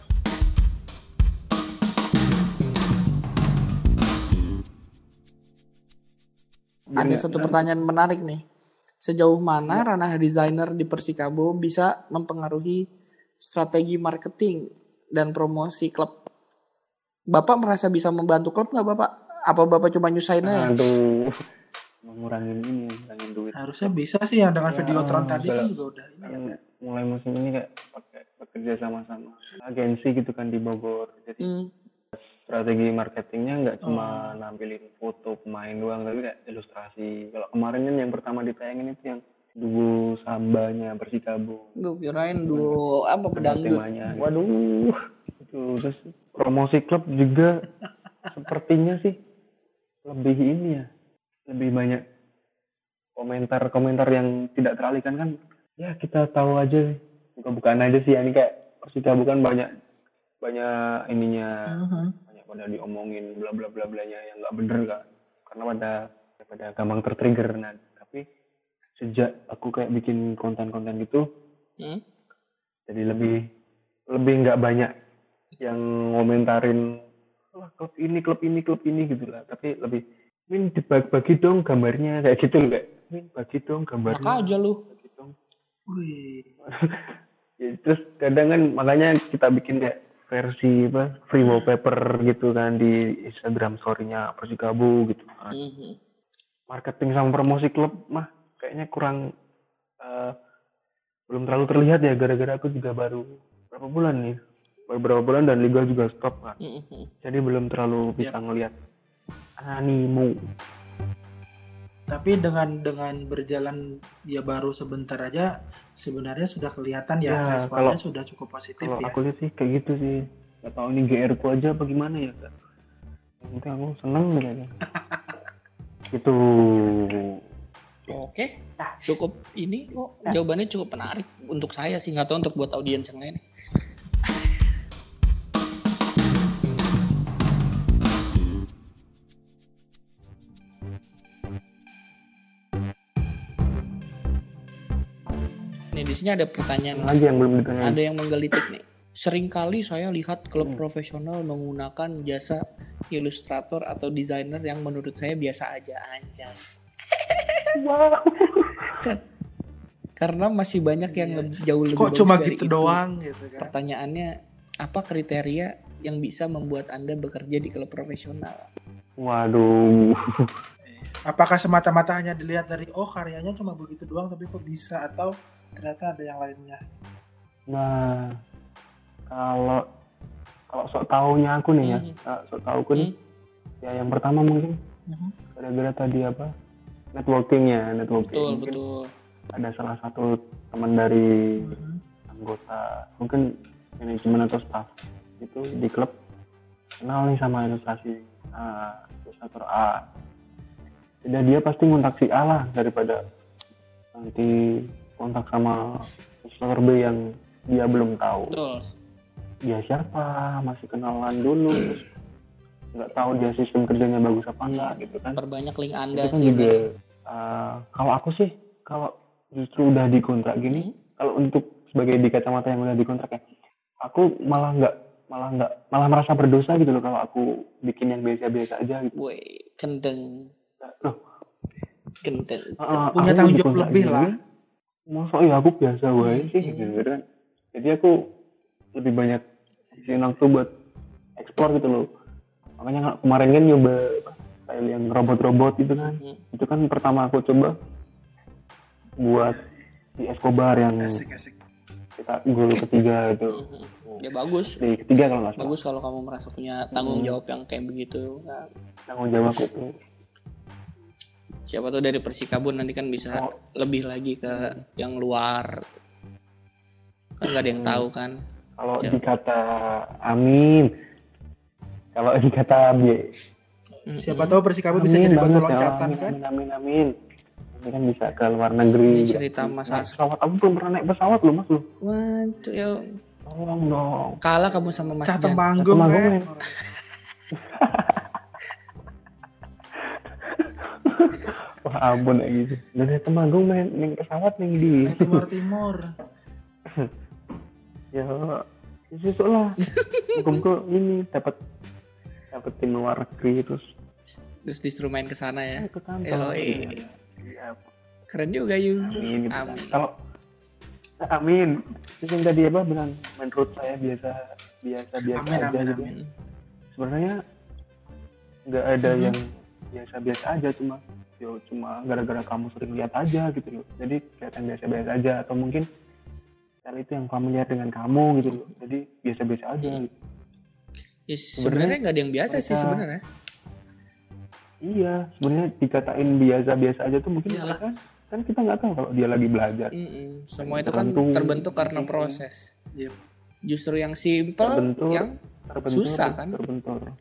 Ada satu pertanyaan menarik nih. Sejauh mana ranah desainer di Persikabo bisa mempengaruhi strategi marketing dan promosi klub? Bapak merasa bisa membantu klub nggak, Bapak? Apa Bapak cuma nyusahin aja? Aduh, ngurangin duit. Harusnya bisa sih yang dengan Videotron tadi kan juga udah ini ya. Mulai musim ini kayak bekerja sama-sama agensi gitu kan di Bogor. Jadi strategi marketingnya nggak cuma nampilin foto pemain doang, tapi kayak ilustrasi. Kalau kemarin kan yang pertama ditayangin itu yang duo sambanya Persikabo. Duh, kirain duo apa pedangdut. Waduh, itu terus promosi klub juga sepertinya sih lebih ini ya, lebih banyak komentar yang tidak teralihkan kan. Ya kita tahu aja, bukan aja sih, ini kayak Persikabo kan banyak ininya. Pada diomongin bla bla bla blanya yang nggak bener kan, karena pada gampang tertrigger. Nah tapi sejak aku kayak bikin konten gitu, jadi lebih nggak banyak yang ngomentarin klub ini gitu lah, tapi lebih Min dibagi dong gambarnya kayak gitu loh, kayak Min bagi dong gambarnya. Maka aja lu. Bagi dong. Wih. Ya, terus kadang kan makanya kita bikin kayak versi free wallpaper gitu kan di Instagram story-nya Persikabo gitu kan. Marketing sama promosi klub mah kayaknya kurang belum terlalu terlihat ya, gara-gara aku juga baru beberapa bulan dan liga juga stop kan. Jadi belum terlalu bisa ngelihat animo. Tapi dengan berjalan ya baru sebentar aja sebenarnya sudah kelihatan ya responnya sudah cukup positif kalau ya. Aku lihat sih kayak gitu sih. Gak tahu ini GR ku aja apa gimana ya Kak. Nanti aku seneng kayaknya. Gitu. Oke, cukup ini kok jawabannya cukup menarik untuk saya sih, nggak tahu untuk buat audiens yang lain. Nih di sini ada pertanyaan lagi yang belum ditanya. Ada yang menggelitik nih. Seringkali saya lihat klub profesional menggunakan jasa ilustrator atau desainer yang menurut saya biasa aja. Wow. Karena masih banyak yang jauh lebih kok bagus cuma dari gitu itu. Doang gitu kan. Pertanyaannya, apa kriteria yang bisa membuat Anda bekerja di klub profesional? Waduh. Apakah semata-mata hanya dilihat dari karyanya cuma begitu doang tapi kok bisa, atau ternyata ada yang lainnya? Nah, kalau sok taunya aku nih ya, sok tauku nih, ya yang pertama mungkin gara-gara tadi apa? Networking. Betul. Ada salah satu teman dari anggota, mungkin manajemen atau staff itu di klub kenal nih sama ilustrator A. Jadi dia pasti ngontak si A lah, daripada nanti kontak sama ilustrator B yang dia belum tahu. Betul. Dia siapa, masih kenalan dulu, terus nggak tahu dia sistem kerjanya bagus apa enggak gitu kan. Perbanyak link Anda itu kan sih. Juga, kalau aku sih, kalau justru udah dikontrak gini, kalau untuk sebagai di kacamata yang udah dikontrak ya, aku malah merasa berdosa gitu loh kalau aku bikin yang biasa-biasa aja gitu. Woi, kendeng. Loh, punya tanggung jawab lebih lah. Masa ya aku biasa wae sih gitu kan. Jadi aku lebih banyak isiin waktu buat eksplor gitu loh. Makanya kemarin kan nyoba style yang robot-robot itu kan. Itu kan pertama aku coba buat di Escobar yang asik. kita gol ketiga itu. Ya bagus. Di ketiga kalau nggak salah. Bagus kalau kamu merasa punya tanggung jawab yang kayak begitu. Nah, Tanggung jawab itu. siapa tahu dari Persikabo nanti kan bisa lebih lagi ke yang luar. Kan nggak ada yang tahu kan. Kalau dikata Amin, kalau dikata Siapa tahu Persikabo bisa jadi batu loncatan kan? Amin. Ini kan bisa ke luar negeri. Ini cerita Mas Aska. Pesawat, aku belum pernah naik pesawat loh mas. Waduh, ya. Tolong dong. Kalah kamu sama Mas Jan. Temanggung. Wah ampun kayak gitu. Dari Temanggung main pesawat nih di Timur. Ya besok lah. Hukumku ini dapat tim luar negeri terus disuruh main ke sana ya. Ke kantor. Iya. Keren juga Yu. Amin. Kalau amin. Terus yang tadi apa bilang menurut saya biasa aja. Amin. Sebenarnya nggak ada yang biasa aja, cuma gara-gara kamu sering lihat aja gitu loh. Jadi kelihatan biasa aja, atau mungkin hal itu yang familiar dengan kamu gitu loh. Jadi biasa aja. Gitu. Ya, sebenarnya nggak ada yang biasa sih sebenarnya. Iya, sebenarnya dikatain biasa aja tuh mungkin mereka kan kita nggak tahu kalau dia lagi belajar. Semua itu kan terbentuk karena proses. Yep. Justru yang simple, yang susah kan. Terbentur.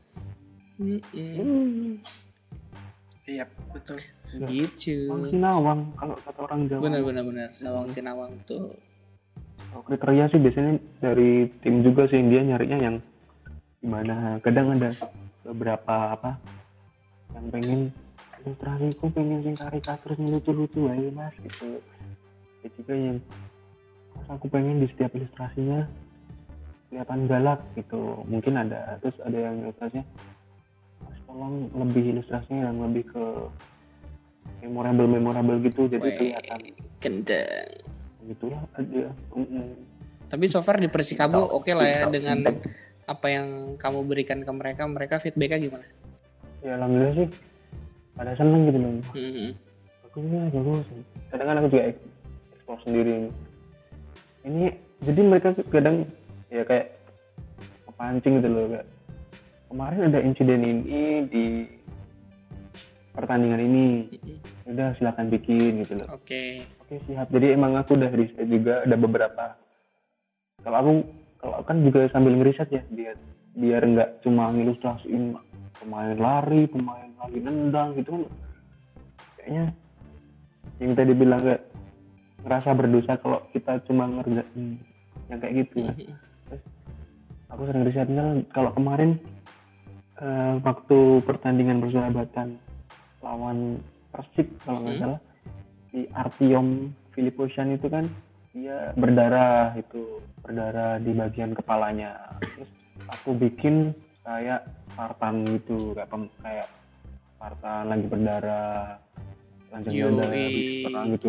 Iya, betul. Gitu. Sawang Sinawang kalau kata orang Jawa. Benar. Sawang Sinawang tuh. Kriteria sih biasanya dari tim juga sih, dia nyarinya yang gimana. Kadang ada beberapa yang pengen ilustrasiku pengen sing karikaturnya lucu-lucu aja mas gitu. Ada juga yang aku pengen di setiap ilustrasinya kelihatan galak gitu. Mungkin ada, terus ada yang ilustrasinya mas tolong lebih ilustrasinya yang lebih ke memorable gitu, jadi kelihatan kendang gitulah aja. Tapi so far di Persikabo oke lah ya dengan apa yang kamu berikan ke mereka feedbacknya gimana? Ya alhamdulillah sih pada seneng gitu loh. Bagus. Kadang kan aku juga explore sendiri ini, jadi mereka kadang ya kayak kepancing gitu loh, kayak kemarin ada insiden ini di pertandingan ini, udah silakan bikin gitu loh. Oke siap. Jadi emang aku udah riset juga, ada beberapa. Kalau kan juga sambil ngeriset ya, biar nggak cuma ngilustrasiin pemain lari nendang gitu kan, kayaknya yang tadi bilang kayak ngerasa berdosa kalau kita cuma ngerjain yang kayak gitu kan. Terus aku sering riset kalau kemarin waktu pertandingan persahabatan lawan Persik kalau nggak salah, si Artyom Filiposyan itu kan dia berdarah di bagian kepalanya. Terus aku bikin kayak Spartan gitu, kayak Spartan lagi berdarah, lanjut dada perang gitu.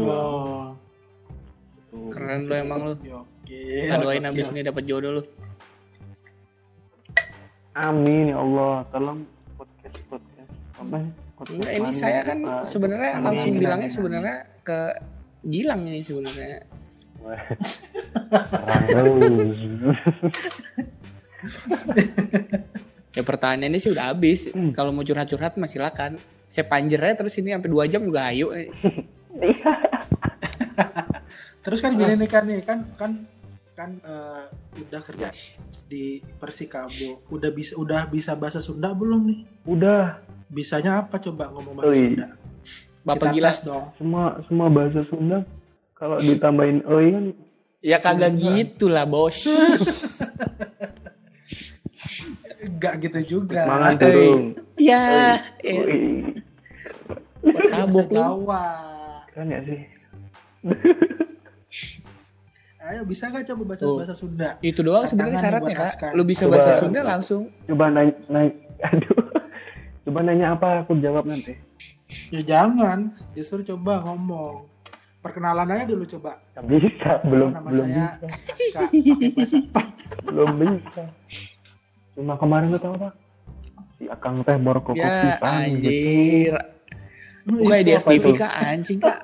Keren lo emang lo. Kita doain abis ini dapat jodoh lo. Amin ya Allah. Tolong podcast ini saya kan sebenarnya langsung bilangnya sebenarnya ke Gilang ini sebenarnya. Ya pertanyaannya sih udah habis. Kalau mau curhat-curhat mah silakan. Saya panjer aja terus ini sampai 2 jam juga ayo. Terus kan gini nih kan udah kerja di Persikabo. Udah bisa bahasa Sunda belum nih? Udah. Bisanya apa coba ngomong bahasa Sunda? Bapak Gilas dong. Semua bahasa Sunda kalau ditambahin oi kan ya kagak gitulah bos. Enggak gitu juga. Semangat dong. Ya. Tabuk Jawa. Kan ya sih. Ayo bisa gak coba bahasa Sunda? Itu doang sebenarnya syaratnya Kak. Lu bisa bahasa Sunda langsung. Coba Coba nanya apa aku jawab nanti. Ya jangan, justru coba ngomong. Perkenalan aja dulu coba. Bisa, belum saya bisa. Belum bisa. Cuma kemarin lu tahu apa? si akang teh borokok Ya pisan anjir. Bukan di FTV kak anjing kak.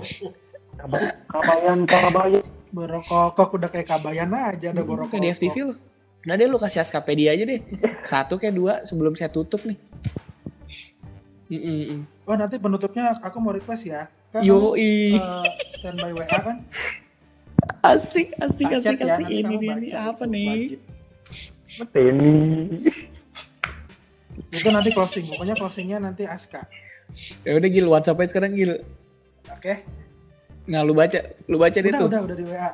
Kabayan. Borokok udah kayak kabayan aja ada borokok. Bukan di FTV lo. Udah deh lu kasih Askapedia aja deh. 1 kayak 2 sebelum saya tutup nih. Oh nanti penutupnya aku mau request ya. Kan Yoi. Standby WA kan. Asik Ya, ini apa nih? Ini. Itu nanti closing. Pokoknya closingnya nanti Aska. Ya udah Gil, WhatsApp aja sekarang Gil. Oke. Nah lu baca deh tuh. Udah di WA.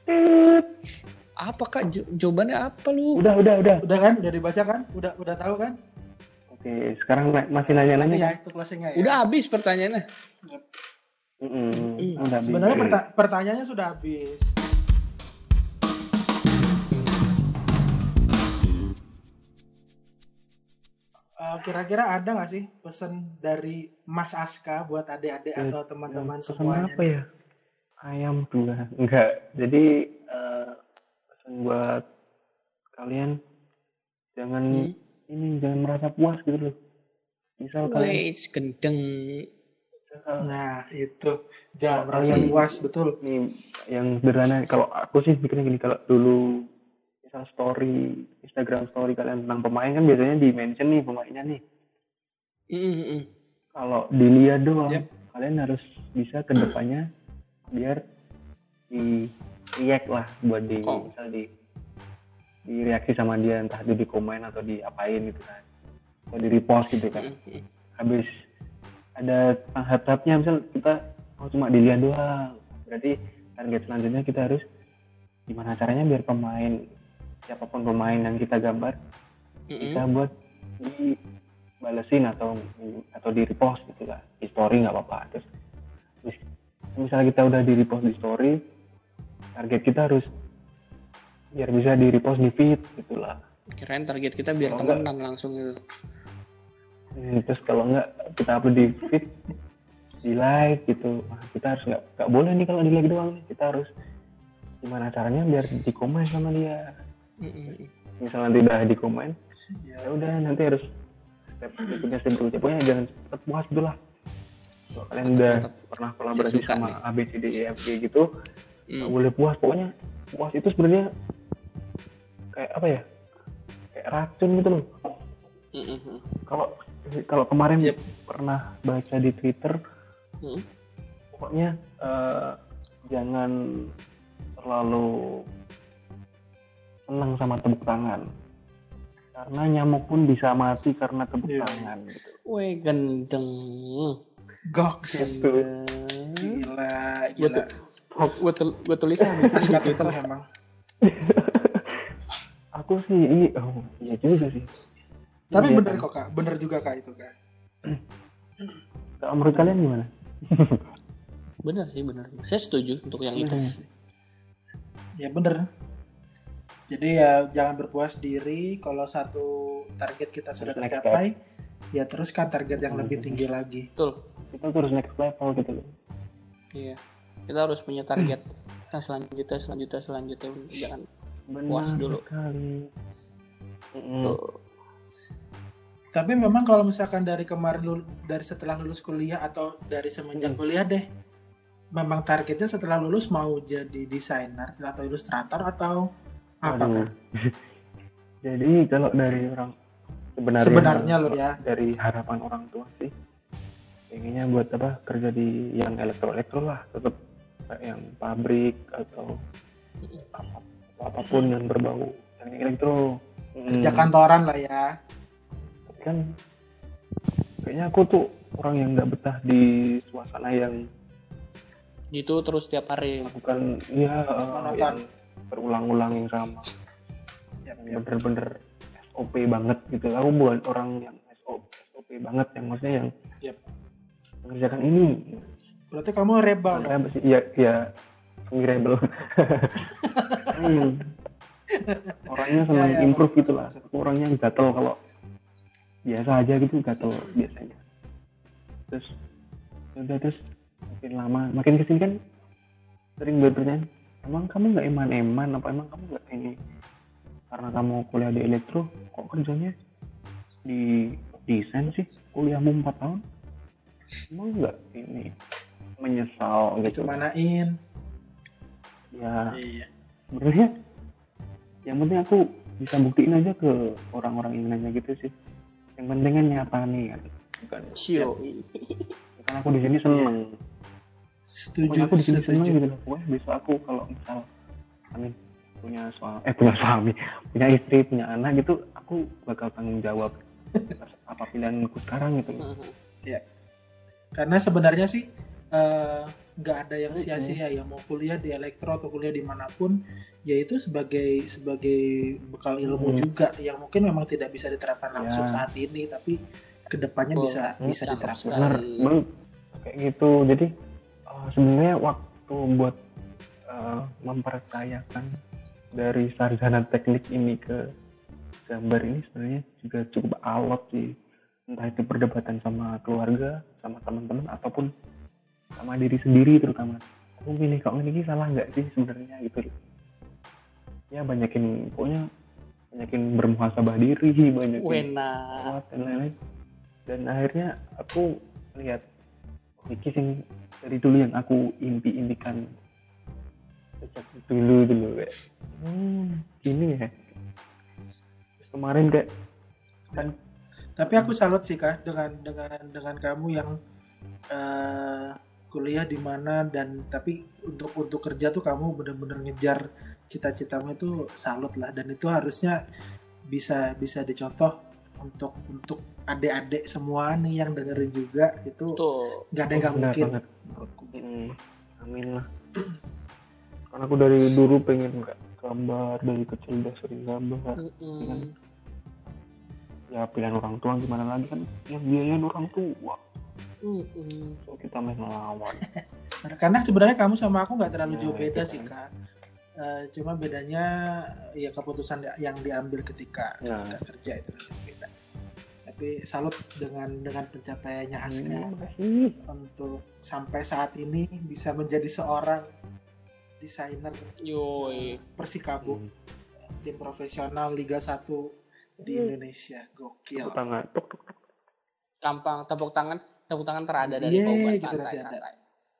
Apa kak? Jawabannya apa lu? Udah. Udah kan? Udah dibaca kan? Udah tahu kan? Oke, sekarang masih nanya-nanya ya itu closingnya ya. Udah habis pertanyaannya. Udah habis. Sebenarnya pertanyaannya sudah habis. Kira-kira ada nggak sih pesan dari Mas Aska buat adik-adik atau teman-teman semuanya? Apa ya? Ayam 2. Enggak. Jadi pesan buat kalian jangan merasa puas gitu loh. Misal kalian gendeng. Nah itu jangan merasa puas, betul. Nih yang sederhana, kalau aku sih pikirnya gini, kalau dulu misal story Instagram story kalian tentang pemain kan biasanya di mention nih pemainnya nih. Kalau dilihat doang, kalian harus bisa ke depannya biar di react lah buat misal di reaksi sama dia, entah itu di komen atau di apain gitu kan, atau di repost gitu kan. Habis ada tahap-tahapnya, misal kita cuma dilihat doang, berarti target selanjutnya kita harus gimana caranya biar pemain, siapapun pemain yang kita gambar bisa buat dibalesin atau di repost gitu lah, di story nggak apa-apa. Terus misalnya kita udah di repost di story, target kita harus biar bisa di repost di feed gitulah. Kirain target kita biar temenan langsung gitu. Terus kalau nggak kita upload di feed, di like gitu, kita harus nggak boleh nih kalau di like doang nih, kita harus gimana caranya biar di komen sama dia. Misalnya nanti udah di komen, ya udah nanti harus step berikutnya, pokoknya jangan cepat puas dulu lah. Kalau kalian udah pernah kolaborasi sama ABCDEFG gitu, nggak boleh puas. Pokoknya puas itu sebenarnya kayak apa ya, kayak racun gitu loh. Kalau kemarin pernah baca di Twitter, pokoknya jangan terlalu senang sama tepuk tangan, karena nyamuk pun bisa mati karena tepuk tangan gitu. Wih gendeng, goks gitu. Gila. Gue tulis habis di Twitter emang. Aku sih, iya juga sih. Tapi bener kok kak, bener juga kak itu kak. Kalau menurut kalian gimana? Bener sih, bener. Saya setuju untuk yang itu. Ya bener. Jadi ya jangan berpuas diri kalau satu target kita sudah tercapai, ya teruskan target yang lebih tinggi lagi. Betul. Kita terus next level gitu loh. Iya. Kita harus punya target yang selanjutnya jangan puas dulu. Tapi memang kalau misalkan dari kemarin dari setelah lulus kuliah atau dari semenjak kuliah deh, memang targetnya setelah lulus mau jadi desainer atau ilustrator atau apa kan? Jadi kalau dari orang sebenarnya lo ya, dari harapan orang tua sih pengennya buat apa, kerja di yang elektro lah, tetap yang pabrik atau apapun yang berbau teknik elektro. Kerja kantoran lah ya. Kan kayaknya aku tuh orang yang nggak betah di suasana yang gitu terus tiap hari. Bukan ya yang berulang-ulang yang sama. Bener-bener SOP banget gitu. Aku bukan orang yang SOP banget, yang maksudnya yang mengerjakan ini. Berarti kamu rebel. Iya, rebel. Orangnya senang improve gitu lah. Orangnya gatel kalau biasa aja gitu, gatel biasanya. Terus makin kesini kan sering bertanya, emang kamu nggak eman-eman, apa emang kamu nggak ini karena kamu kuliah di elektro kok kerjanya di desain sih kuliahmu 4 tahun emang nggak ini menyesal gitu kemanain ya iya. sebenarnya yang penting aku bisa buktiin aja ke orang-orang yang nanya gitu sih yang penting kan nyata nih kan bukan ya, kan aku di sini seneng setuju aku di sini seneng gitu loh bisa aku kalau misal amin punya suami punya istri punya anak gitu aku bakal tanggung jawab apa pilihanku sekarang gitu ya karena sebenarnya sih nggak ada yang sia-sia ya mau kuliah di elektro atau kuliah dimanapun ya itu sebagai bekal ilmu juga yang mungkin memang tidak bisa diterapkan langsung saat ini tapi kedepannya bisa diterapkan benar kayak gitu jadi sebenarnya waktu buat mempercayakan dari sarjana teknik ini ke gambar ini sebenarnya juga cukup alot sih entah itu perdebatan sama keluarga sama teman-teman ataupun sama diri sendiri terutama aku pilih kok ini salah nggak sih sebenarnya gitu ya banyakin bermuhasabah diri banyakin dan lain-lain dan akhirnya aku lihat Wiki yang dari dulu yang aku impikan sejak dulu kayak gini ya kemarin kayak kan tapi aku salut sih Kak dengan kamu yang kuliah di mana dan tapi untuk kerja tuh kamu benar-benar ngejar cita-citamu itu salut lah dan itu harusnya bisa dicontoh untuk adik-adik semua nih yang dengerin juga itu nggak ada yang nggak mungkin menurutku gitu. Amin lah karena aku dari dulu pengen gambar dari kecil udah sering gambar kan ya pilihan orang tua gimana lagi kan yang biayain orang tua so kita main melawan karena sebenarnya kamu sama aku nggak terlalu jauh beda sih Kak cuma bedanya ya keputusan yang diambil ketika kerja itu beda tapi salut dengan pencapaiannya Aska untuk sampai saat ini bisa menjadi seorang desainer Persikabo tim profesional Liga 1 di Indonesia gokil gampang tepuk tangan terada dari Boban gitu santai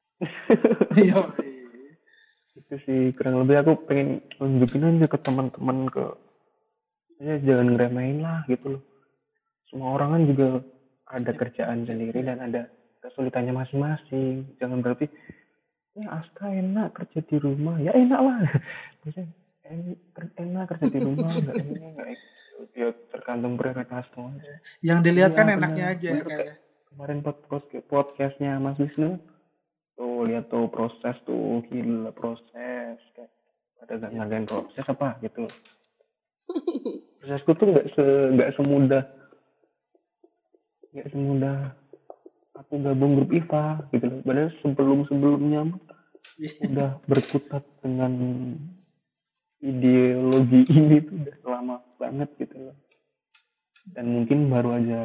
itu sih kurang lebih aku pengen nunjukin aja ke teman-teman ya jangan ngeremehin lah gitu loh semua orang kan juga ada kerjaan sendiri dan ada kesulitannya masing-masing jangan berarti ya Aska enak kerja di rumah ya enak lah enak kerja di rumah nggak ya tergantung prioritas semua yang dilihat kan enaknya aja kayak kemarin podcastnya Mas Wisnu tuh lihat tuh proses tuh gila proses kayak ada nggak ngargain proses apa gitu prosesku tuh nggak semudah aku gabung grup IVA gitu loh. Padahal sebelumnya udah berkutat dengan ideologi ini tuh udah lama banget gitu loh. Dan mungkin baru aja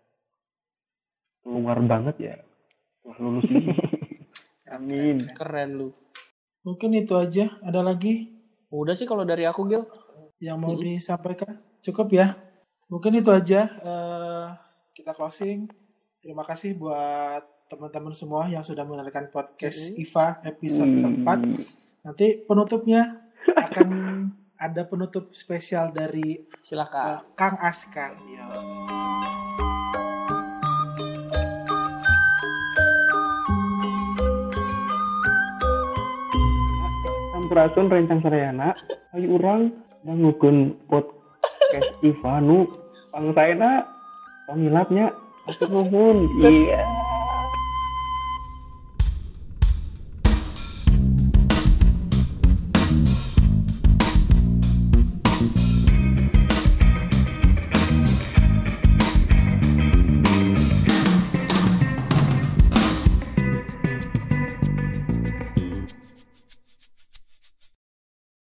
keluar banget ya lulus ini. Amin. Keren lu. Mungkin itu aja. Ada lagi? Udah sih kalau dari aku Gil. Yang mau disampaikan cukup ya. Mungkin itu aja. Kita closing. Terima kasih buat teman-teman semua yang sudah mendengarkan podcast IVA episode keempat. Nanti penutupnya akan ada penutup spesial dari silakan Kang Aska. Sampurasun rencang sarayana, ayo urang nganggukeun podcast IVA nu pangsaena pangilapnya aku nuhun. Iya.